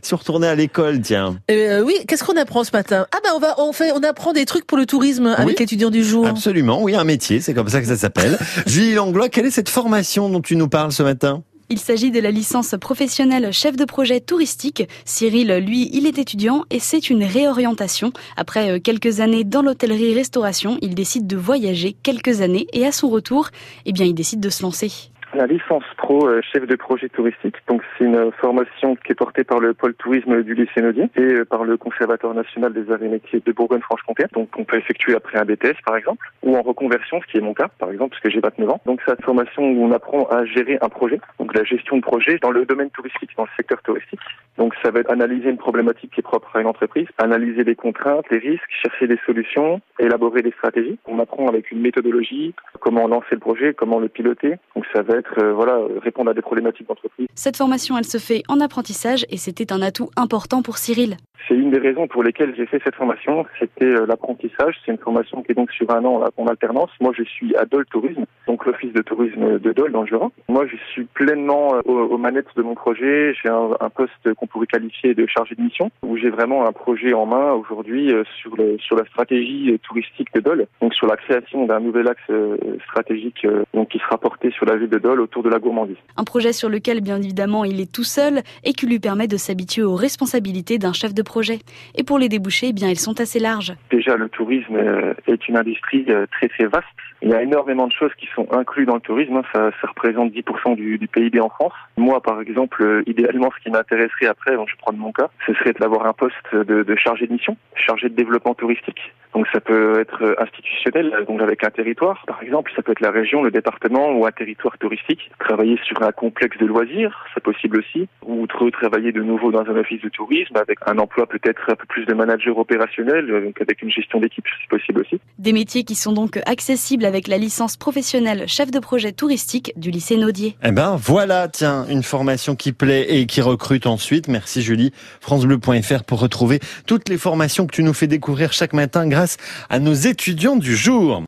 Si on retournait à l'école, tiens. Oui, qu'est-ce qu'on apprend ce matin? Ah ben on apprend des trucs pour le tourisme avec l'étudiant du jour. Absolument, oui, un métier, c'est comme ça que ça s'appelle. Julie Langlois, quelle est cette formation dont tu nous parles ce matin? Il s'agit de la licence professionnelle chef de projet touristique. Cyril, lui, il est étudiant et c'est une réorientation. Après quelques années dans l'hôtellerie-restauration, il décide de voyager quelques années et à son retour, il décide de se lancer. La licence pro chef de projet touristique, donc c'est une formation qui est portée par le pôle tourisme du lycée Naudier et par le Conservatoire national des arts et métiers de Bourgogne-Franche-Comté. Donc on peut effectuer après un BTS par exemple, ou en reconversion, ce qui est mon cas par exemple, parce que j'ai 29 ans. Donc c'est une formation où on apprend à gérer un projet, donc la gestion de projet dans le domaine touristique, dans le secteur touristique. Donc ça va être analyser une problématique qui est propre à une entreprise, analyser les contraintes, les risques, chercher des solutions, élaborer des stratégies. On apprend avec une méthodologie, comment lancer le projet, comment le piloter. Donc ça va être répondre à des problématiques d'entreprise. Cette formation, elle se fait en apprentissage et c'était un atout important pour Cyril. C'est une des raisons pour lesquelles j'ai fait cette formation, c'était l'apprentissage. C'est une formation qui est donc sur un an en alternance. Moi, je suis à Dole Tourisme, donc l'office de tourisme de Dole dans le Jura. Moi, je suis pleinement aux manettes de mon projet. J'ai un poste qu'on pourrait qualifier de chargé de mission, où j'ai vraiment un projet en main aujourd'hui sur la stratégie touristique de Dole, donc sur la création d'un nouvel axe stratégique donc qui sera porté sur la ville de Dole autour de la gourmandise. Un projet sur lequel, bien évidemment, il est tout seul et qui lui permet de s'habituer aux responsabilités d'un chef de projet. Et pour les débouchés, ils sont assez larges. Déjà, le tourisme est une industrie très très vaste. Il y a énormément de choses qui sont incluses dans le tourisme. Ça représente 10% du PIB en France. Moi, par exemple, idéalement, ce qui m'intéresserait après, donc je prends mon cas, ce serait d'avoir un poste de chargé de mission, chargé de développement touristique. Donc ça peut être institutionnel, donc avec un territoire, par exemple, ça peut être la région, le département ou un territoire touristique. Travailler sur un complexe de loisirs, c'est possible aussi. Ou travailler de nouveau dans un office de tourisme avec un emploi peut-être un peu plus de manager opérationnel, donc avec une gestion d'équipe, c'est possible aussi. Des métiers qui sont donc accessibles avec la licence professionnelle chef de projet touristique du lycée Naudier. Eh ben voilà, tiens, une formation qui plaît et qui recrute ensuite. Merci Julie. FranceBleu.fr pour retrouver toutes les formations que tu nous fais découvrir chaque matin grâce à nos étudiants du jour.